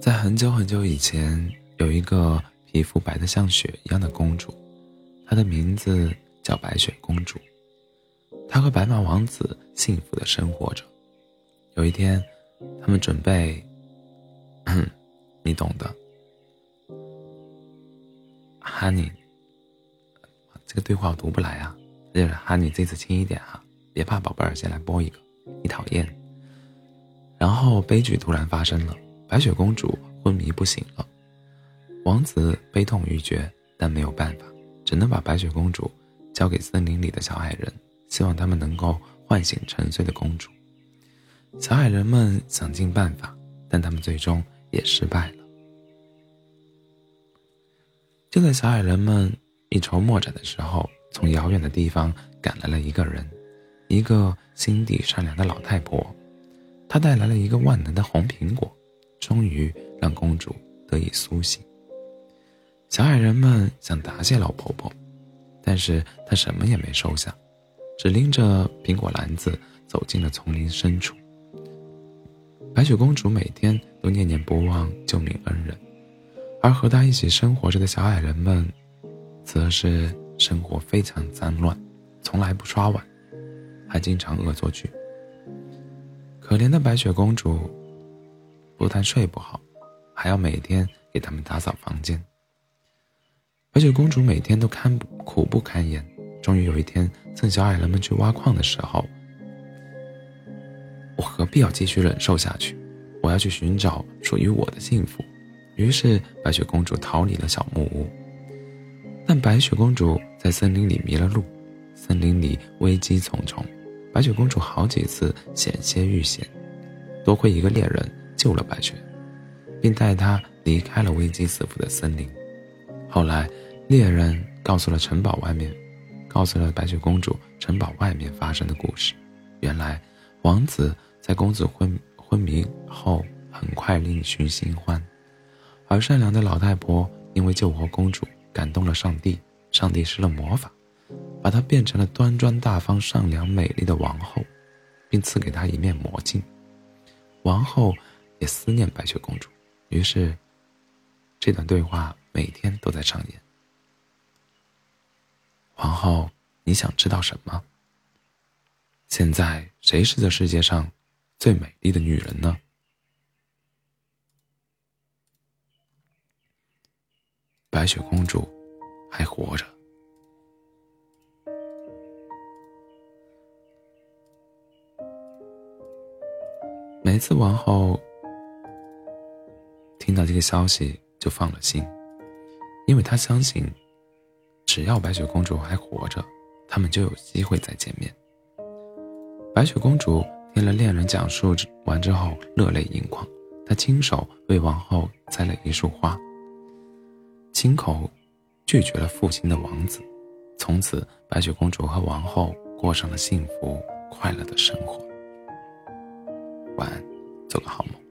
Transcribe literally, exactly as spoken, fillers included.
在很久很久以前，有一个皮肤白得像雪一样的公主，她的名字叫白雪公主。她和白马王子幸福地生活着。有一天，他们准备，你懂的。哈尼，这个对话我读不来啊。就是哈尼，这次轻一点啊，别怕，宝贝儿，先来播一个，你讨厌。然后悲剧突然发生了，白雪公主昏迷不醒了。王子悲痛欲绝，但没有办法，只能把白雪公主交给森林里的小矮人，希望他们能够唤醒沉睡的公主。小矮人们想尽办法，但他们最终也失败了。就在小矮人们一筹莫展的时候，从遥远的地方赶来了一个人，一个心地善良的老太婆。她带来了一个万能的红苹果，终于让公主得以苏醒。小矮人们想答谢老婆婆，但是她什么也没收下，只拎着苹果篮子走进了丛林深处。白雪公主每天都念念不忘救命恩人，而和她一起生活着的小矮人们则是生活非常脏乱，从来不刷碗，还经常恶作剧。可怜的白雪公主不但睡不好，还要每天给他们打扫房间。白雪公主每天都堪苦不堪言，终于有一天，趁小矮人们去挖矿的时候，我何必要继续忍受下去？我要去寻找属于我的幸福。于是白雪公主逃离了小木屋。但白雪公主在森林里迷了路，森林里危机重重，白雪公主好几次险些遇险，多亏一个猎人救了白雪，并带她离开了危机四伏的森林。后来猎人告诉了城堡外面告诉了白雪公主城堡外面发生的故事。原来王子在公主昏昏迷后很快另寻新欢，而善良的老太婆因为救活公主感动了上帝，上帝施了魔法，把她变成了端庄大方善良美丽的王后，并赐给她一面魔镜。王后也思念白雪公主，于是这段对话每天都在上演。皇后，你想知道什么？现在谁是这世界上最美丽的女人呢？白雪公主还活着。每次王后听到这个消息就放了心，因为她相信只要白雪公主还活着，他们就有机会再见面。白雪公主听了恋人讲述完之后热泪盈眶，她亲手为王后栽了一束花，亲口拒绝了父亲的王子。从此白雪公主和王后过上了幸福快乐的生活。晚安，做个好梦。